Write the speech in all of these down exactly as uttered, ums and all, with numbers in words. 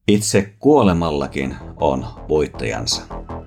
Itse kuolemallakin on voittajansa.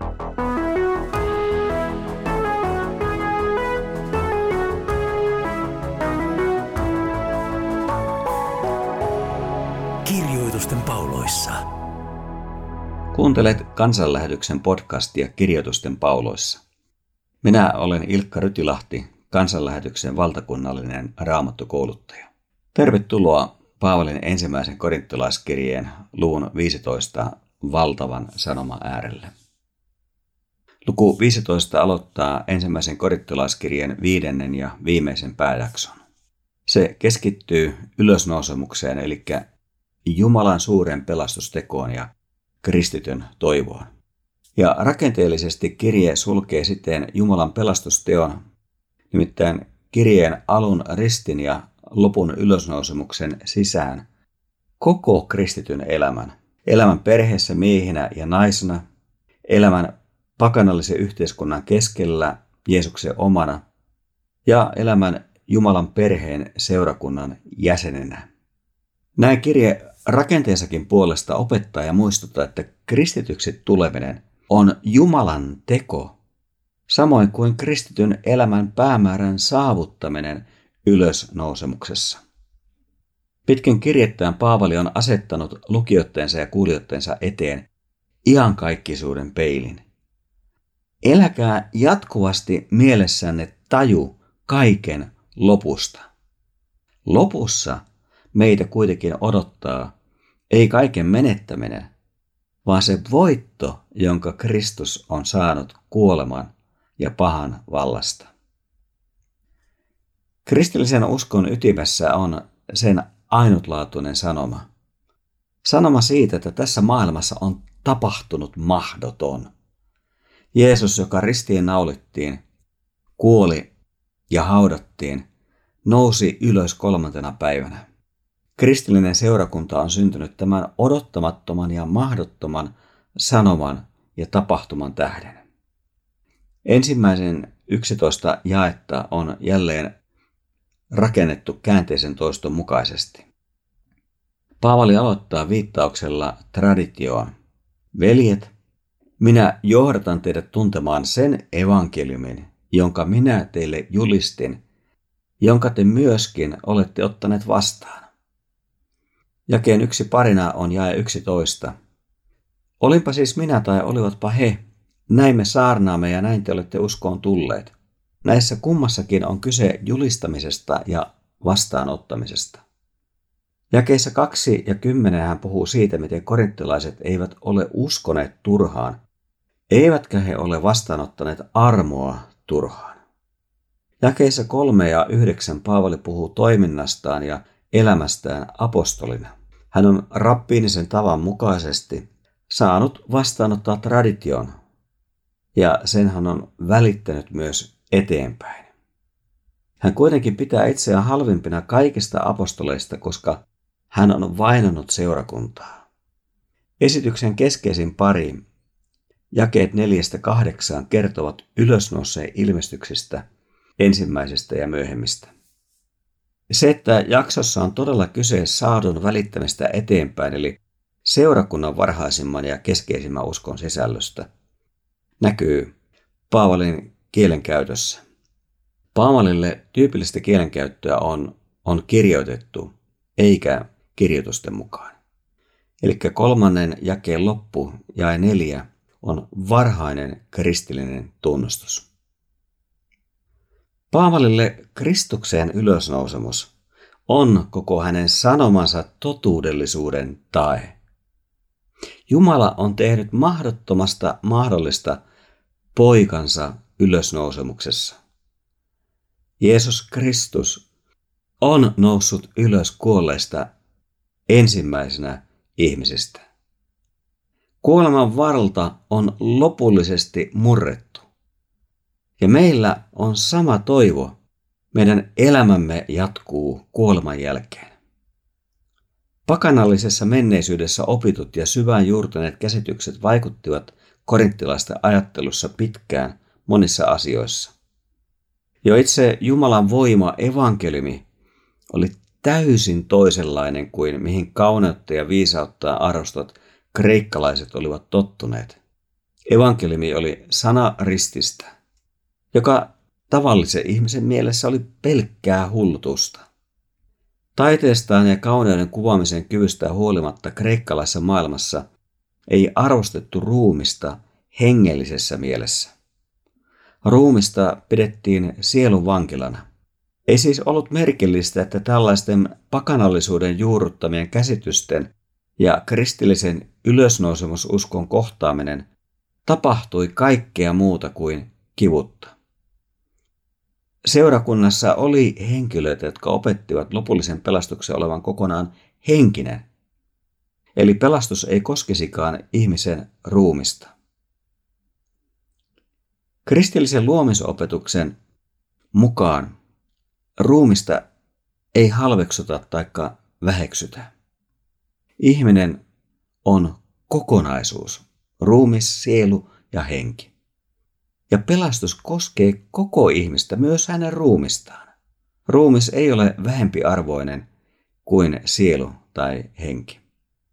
Kirjoitusten pauloissa. Kuuntelet Kansanlähetyksen podcastia Kirjoitusten pauloissa. Minä olen Ilkka Rytilahti, Kansanlähetyksen valtakunnallinen raamattukouluttaja. Tervetuloa Paavalin ensimmäisen korintolaiskirjeen luvun viisitoista valtavan sanoman äärelle. Luku viisitoista aloittaa ensimmäisen korintolaiskirjeen viidennen ja viimeisen pääjakson. Se keskittyy ylösnousemukseen, eli Jumalan suuren pelastustekoon ja kristityn toivoon. Ja rakenteellisesti kirje sulkee siten Jumalan pelastusteon, nimittäin kirjeen alun ristin ja lopun ylösnousemuksen sisään koko kristityn elämän. Elämän perheessä miehinä ja naisena, elämän pakanallisen yhteiskunnan keskellä Jeesuksen omana ja elämän Jumalan perheen seurakunnan jäsenenä. Näin kirje rakenteensakin puolesta opettaa ja muistuttaa, että kristityksi tuleminen on Jumalan teko, samoin kuin kristityn elämän päämäärän saavuttaminen ylösnousemuksessa. Pitkin kirjettään Paavali on asettanut lukijoittensa ja kuulijoittensa eteen iankaikkisuuden peilin. Eläkää jatkuvasti mielessänne taju kaiken lopusta. Lopussa meitä kuitenkin odottaa ei kaiken menettäminen, vaan se voitto, jonka Kristus on saanut kuoleman ja pahan vallasta. Kristillisen uskon ytimessä on sen ainutlaatuinen sanoma. Sanoma siitä, että tässä maailmassa on tapahtunut mahdoton. Jeesus, joka ristiin naulittiin, kuoli ja haudattiin, nousi ylös kolmantena päivänä. Kristillinen seurakunta on syntynyt tämän odottamattoman ja mahdottoman sanoman ja tapahtuman tähden. Ensimmäisen yksitoista jaetta on jälleen rakennettu käänteisen toiston mukaisesti. Paavali aloittaa viittauksella traditioon. Veljet, minä johdatan teidät tuntemaan sen evankeliumin, jonka minä teille julistin, jonka te myöskin olette ottaneet vastaan. Jakeen yksi parina on jae yksitoista. Olinpa siis minä tai olivatpa he, näin me saarnaamme ja näin te olette uskoon tulleet. Näissä kummassakin on kyse julistamisesta ja vastaanottamisesta. Jakeissa kaksi ja kymmenen hän puhuu siitä, miten korinttilaiset eivät ole uskoneet turhaan, eivätkä he ole vastaanottaneet armoa turhaan. Jakeissa kolme ja yhdeksän Paavali puhuu toiminnastaan ja elämästään apostolina. Hän on rappiinisen tavan mukaisesti saanut vastaanottaa tradition, ja sen hän on välittänyt myös eteenpäin. Hän kuitenkin pitää itseään halvimpina kaikista apostoleista, koska hän on vainonnut seurakuntaa. Esityksen keskeisin pari, jakeet neljästä kahdeksaan, kertovat ylösnouseen ilmestyksistä, ensimmäisestä ja myöhemmistä. Se, että jaksossa on todella kyse saadun välittämistä eteenpäin, eli seurakunnan varhaisimman ja keskeisimmän uskon sisällöstä, näkyy Paavalin kielenkäytössä. Paavalille tyypillistä kielenkäyttöä on, on kirjoitettu, eikä kirjoitusten mukaan. Eli kolmannen jakeen loppu, jae neljä, on varhainen kristillinen tunnustus. Paavalille Kristuksen ylösnousemus on koko hänen sanomansa totuudellisuuden tae. Jumala on tehnyt mahdottomasta mahdollista poikansa ylösnousemuksessa. Jeesus Kristus on noussut ylös kuolleista ensimmäisenä ihmisistä. Kuoleman valta on lopullisesti murrettu. Ja meillä on sama toivo. Meidän elämämme jatkuu kuoleman jälkeen. Pakanallisessa menneisyydessä opitut ja syvään juurtuneet käsitykset vaikuttivat korinttilaisten ajattelussa pitkään monissa asioissa. Jo itse Jumalan voima, evankeliumi, oli täysin toisenlainen kuin mihin kauneutta ja viisautta arvostat kreikkalaiset olivat tottuneet. Evankeliumi oli sana rististä, joka tavallisen ihmisen mielessä oli pelkkää hullutusta. Taiteestaan ja kauneuden kuvaamisen kyvystä huolimatta kreikkalaisessa maailmassa ei arvostettu ruumista hengellisessä mielessä. Ruumista pidettiin sielun vankilana. Ei siis ollut merkillistä, että tällaisten pakanallisuuden juurruttamien käsitysten ja kristillisen ylösnousemususkon kohtaaminen tapahtui kaikkea muuta kuin kivutta. Seurakunnassa oli henkilöitä, jotka opettivat lopullisen pelastuksen olevan kokonaan henkinen. Eli pelastus ei koskisikaan ihmisen ruumista. Kristillisen luomisopetuksen mukaan ruumista ei halveksuta tai väheksytä. Ihminen on kokonaisuus, ruumis, sielu ja henki. Ja pelastus koskee koko ihmistä, myös hänen ruumistaan. Ruumis ei ole vähempiarvoinen kuin sielu tai henki.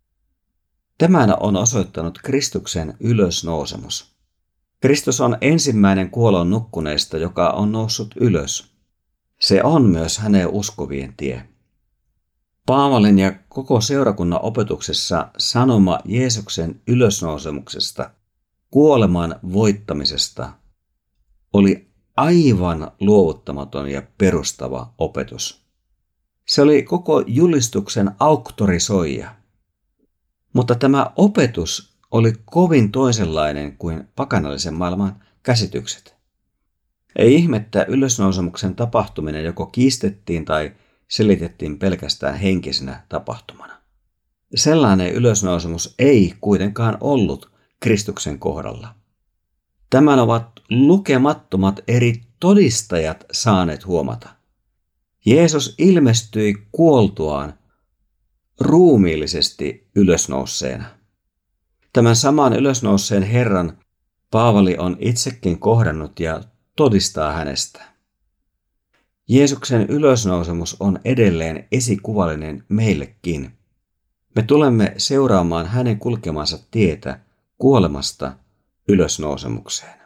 Tämän on osoittanut Kristuksen ylösnousemus. Kristus on ensimmäinen kuolon nukkuneista, joka on noussut ylös. Se on myös hänen uskovien tie. Paavalin ja koko seurakunnan opetuksessa sanoma Jeesuksen ylösnousemuksesta, kuoleman voittamisesta, oli aivan luovuttamaton ja perustava opetus. Se oli koko julistuksen auktorisoija. Mutta tämä opetus oli kovin toisenlainen kuin pakanallisen maailman käsitykset. Ei ihmettä ylösnousemuksen tapahtuminen joko kiistettiin tai selitettiin pelkästään henkisenä tapahtumana. Sellainen ylösnousemus ei kuitenkaan ollut Kristuksen kohdalla. Tämän ovat lukemattomat eri todistajat saaneet huomata. Jeesus ilmestyi kuoltuaan ruumiillisesti ylösnouseena. Tämän saman ylösnouseen Herran Paavali on itsekin kohdannut ja todistaa hänestä. Jeesuksen ylösnousemus on edelleen esikuvallinen meillekin. Me tulemme seuraamaan hänen kulkemansa tietä kuolemasta ylösnousemukseen.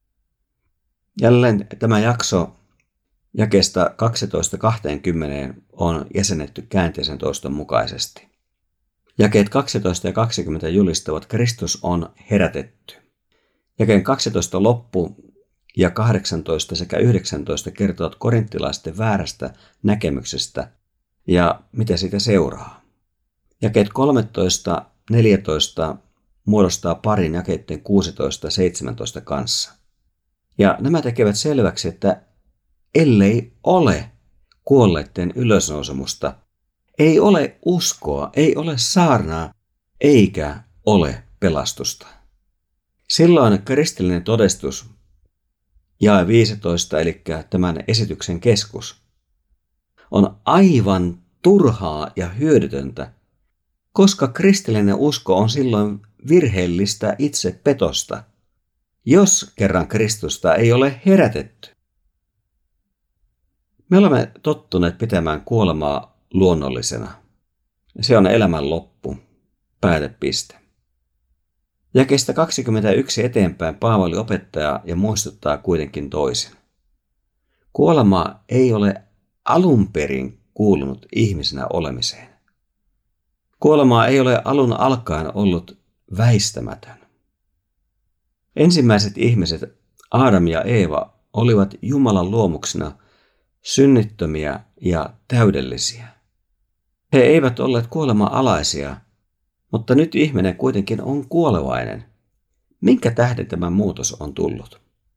Jälleen tämä jakso jakeesta kaksitoista kaksikymmentä on jäsennetty käänteisen toiston mukaisesti. Jakeet kaksitoista ja kaksikymmentä julistavat Kristus on herätetty. Jakeen kaksitoista loppu ja kahdeksantoista sekä yhdeksäntoista kertovat korinttilaisten väärästä näkemyksestä ja mitä siitä seuraa. Jakeet kolmetoista neljätoista muodostaa parin jakeiden kuusitoista seitsemäntoista kanssa. Ja nämä tekevät selväksi, että ellei ole kuolleiden ylösnousemusta, ei ole uskoa, ei ole saarnaa, eikä ole pelastusta. Silloin kristillinen todistus, jae viisitoista, eli tämän esityksen keskus, on aivan turhaa ja hyödytöntä, koska kristillinen usko on silloin virheellistä itsepetosta, jos kerran Kristusta ei ole herätetty. Me olemme tottuneet pitämään kuolemaa luonnollisena. Se on elämän loppu, päätepiste. Jakeesta kaksikymmentäyksi eteenpäin Paavali opettaa ja muistuttaa kuitenkin toisin. Kuolema ei ole alun perin kuulunut ihmisenä olemiseen. Kuolema ei ole alun alkaen ollut väistämätön. Ensimmäiset ihmiset, Aadam ja Eeva, olivat Jumalan luomuksena synnittömiä ja täydellisiä. He eivät olleet kuolema-alaisia, mutta nyt ihminen kuitenkin on kuolevainen. Minkä tähden tämä muutos on tullut?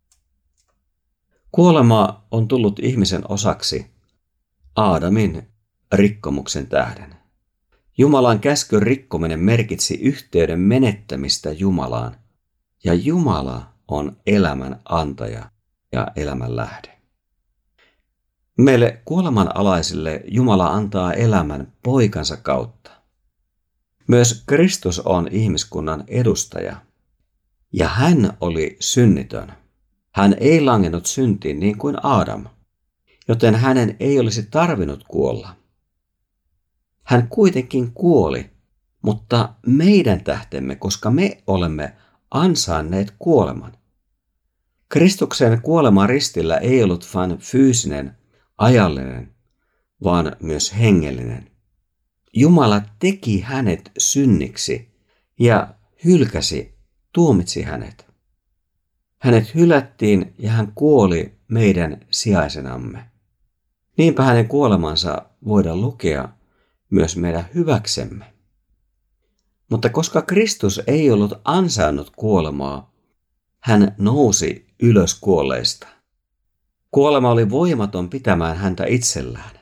Kuolema on tullut ihmisen osaksi Aadamin rikkomuksen tähden. Jumalan käskyn rikkominen merkitsi yhteyden menettämistä Jumalaan, ja Jumala on elämän antaja ja elämän lähde. Meille kuolemanalaisille Jumala antaa elämän poikansa kautta. Myös Kristus on ihmiskunnan edustaja, ja hän oli synnitön. Hän ei langennut syntiin niin kuin Aadam, joten hänen ei olisi tarvinnut kuolla. Hän kuitenkin kuoli, mutta meidän tähtemme, koska me olemme ansainneet kuoleman. Kristuksen kuolema ristillä ei ollut vain fyysinen, ajallinen, vaan myös hengellinen. Jumala teki hänet synniksi ja hylkäsi, tuomitsi hänet. Hänet hylättiin ja hän kuoli meidän sijaisenamme. Niinpä hänen kuolemansa voidaan lukea myös meidän hyväksemme. Mutta koska Kristus ei ollut ansainnut kuolemaa, hän nousi ylös kuolleista. Kuolema oli voimaton pitämään häntä itsellään.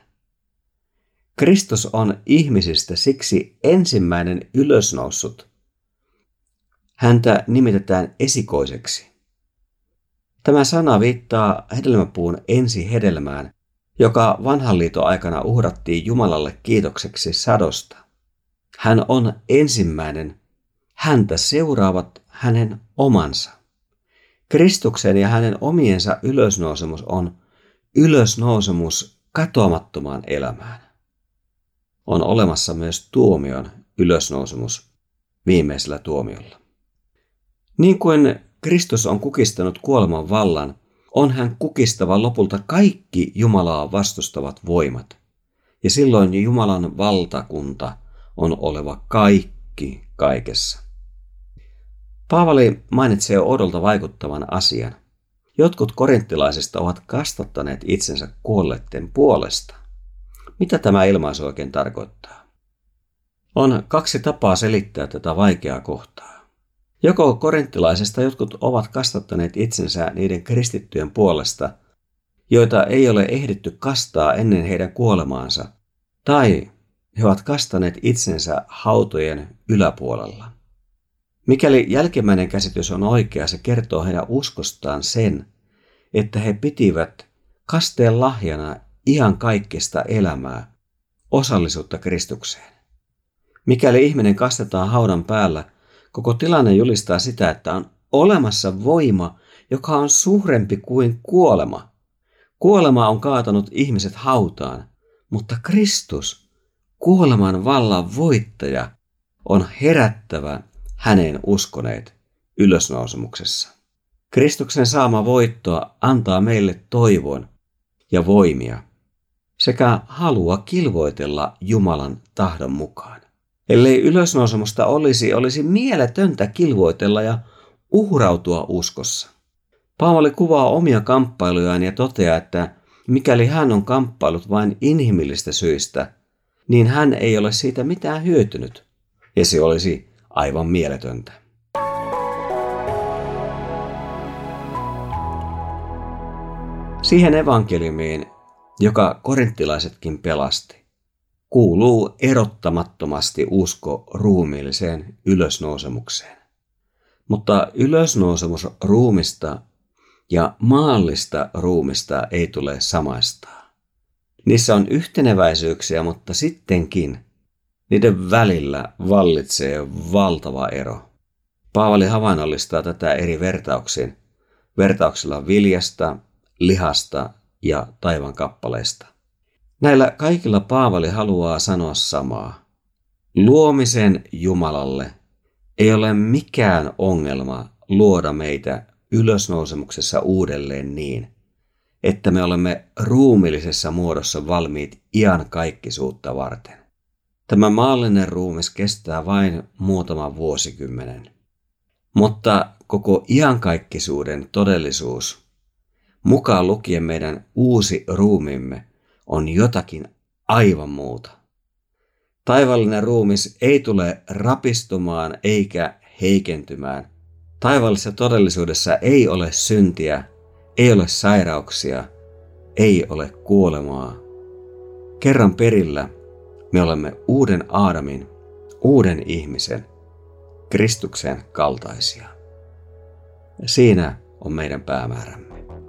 Kristus on ihmisistä siksi ensimmäinen ylösnoussut. Häntä nimitetään esikoiseksi. Tämä sana viittaa hedelmäpuun ensihedelmään, joka vanhan liiton aikana uhrattiin Jumalalle kiitokseksi sadosta. Hän on ensimmäinen, häntä seuraavat hänen omansa. Kristuksen ja hänen omiensa ylösnousemus on ylösnousemus katoamattomaan elämään. On olemassa myös tuomion ylösnousemus viimeisellä tuomiolla. Niin kuin Kristus on kukistanut kuoleman vallan, on hän kukistava lopulta kaikki Jumalaa vastustavat voimat. Ja silloin Jumalan valtakunta on oleva kaikki kaikessa. Paavali mainitsee odolta vaikuttavan asian. Jotkut korinttilaisista ovat kastattaneet itsensä kuolleiden puolesta. Mitä tämä ilmaisu oikein tarkoittaa? On kaksi tapaa selittää tätä vaikeaa kohtaa. Joko korinttilaisista jotkut ovat kastattaneet itsensä niiden kristittyjen puolesta, joita ei ole ehditty kastaa ennen heidän kuolemaansa, tai he ovat kastaneet itsensä hautojen yläpuolella. Mikäli jälkimmäinen käsitys on oikea, se kertoo heidän uskostaan sen, että he pitivät kasteen lahjana ihan kaikkista elämää, osallisuutta Kristukseen. Mikäli ihminen kastetaan haudan päällä, koko tilanne julistaa sitä, että on olemassa voima, joka on suurempi kuin kuolema. Kuolema on kaatanut ihmiset hautaan, mutta Kristus, kuoleman vallan voittaja, on herättävä häneen uskoneet ylösnousemuksessa. Kristuksen saama voitto antaa meille toivon ja voimia sekä halua kilvoitella Jumalan tahdon mukaan. Ellei ylösnousemusta olisi, olisi mieletöntä kilvoitella ja uhrautua uskossa. Paavali kuvaa omia kamppailujaan ja toteaa, että mikäli hän on kamppailut vain inhimillistä syistä, niin hän ei ole siitä mitään hyötynyt, ja se olisi aivan mieletöntä. Siihen evankeliumiin, joka korinttilaisetkin pelasti, kuuluu erottamattomasti usko ruumiilliseen ylösnousemukseen. Mutta ylösnousemus ruumista ja maallista ruumista ei tule samaistaa. Niissä on yhteneväisyyksiä, mutta sittenkin niiden välillä vallitsee valtava ero. Paavali havainnollistaa tätä eri vertauksin, vertauksilla viljasta, lihasta ja taivaan kappaleista. Näillä kaikilla Paavali haluaa sanoa samaa. Luomisen Jumalalle ei ole mikään ongelma luoda meitä ylösnousemuksessa uudelleen niin, että me olemme ruumiillisessa muodossa valmiit iankaikkisuutta varten. Tämä maallinen ruumis kestää vain muutaman vuosikymmenen. Mutta koko iankaikkisuuden todellisuus, mukaan lukien meidän uusi ruumiimme, on jotakin aivan muuta. Taivallinen ruumis ei tule rapistumaan eikä heikentymään. Taivallisessa todellisuudessa ei ole syntiä, ei ole sairauksia, ei ole kuolemaa. Kerran perillä me olemme uuden Aadamin, uuden ihmisen, Kristuksen kaltaisia. Siinä on meidän päämäärämme.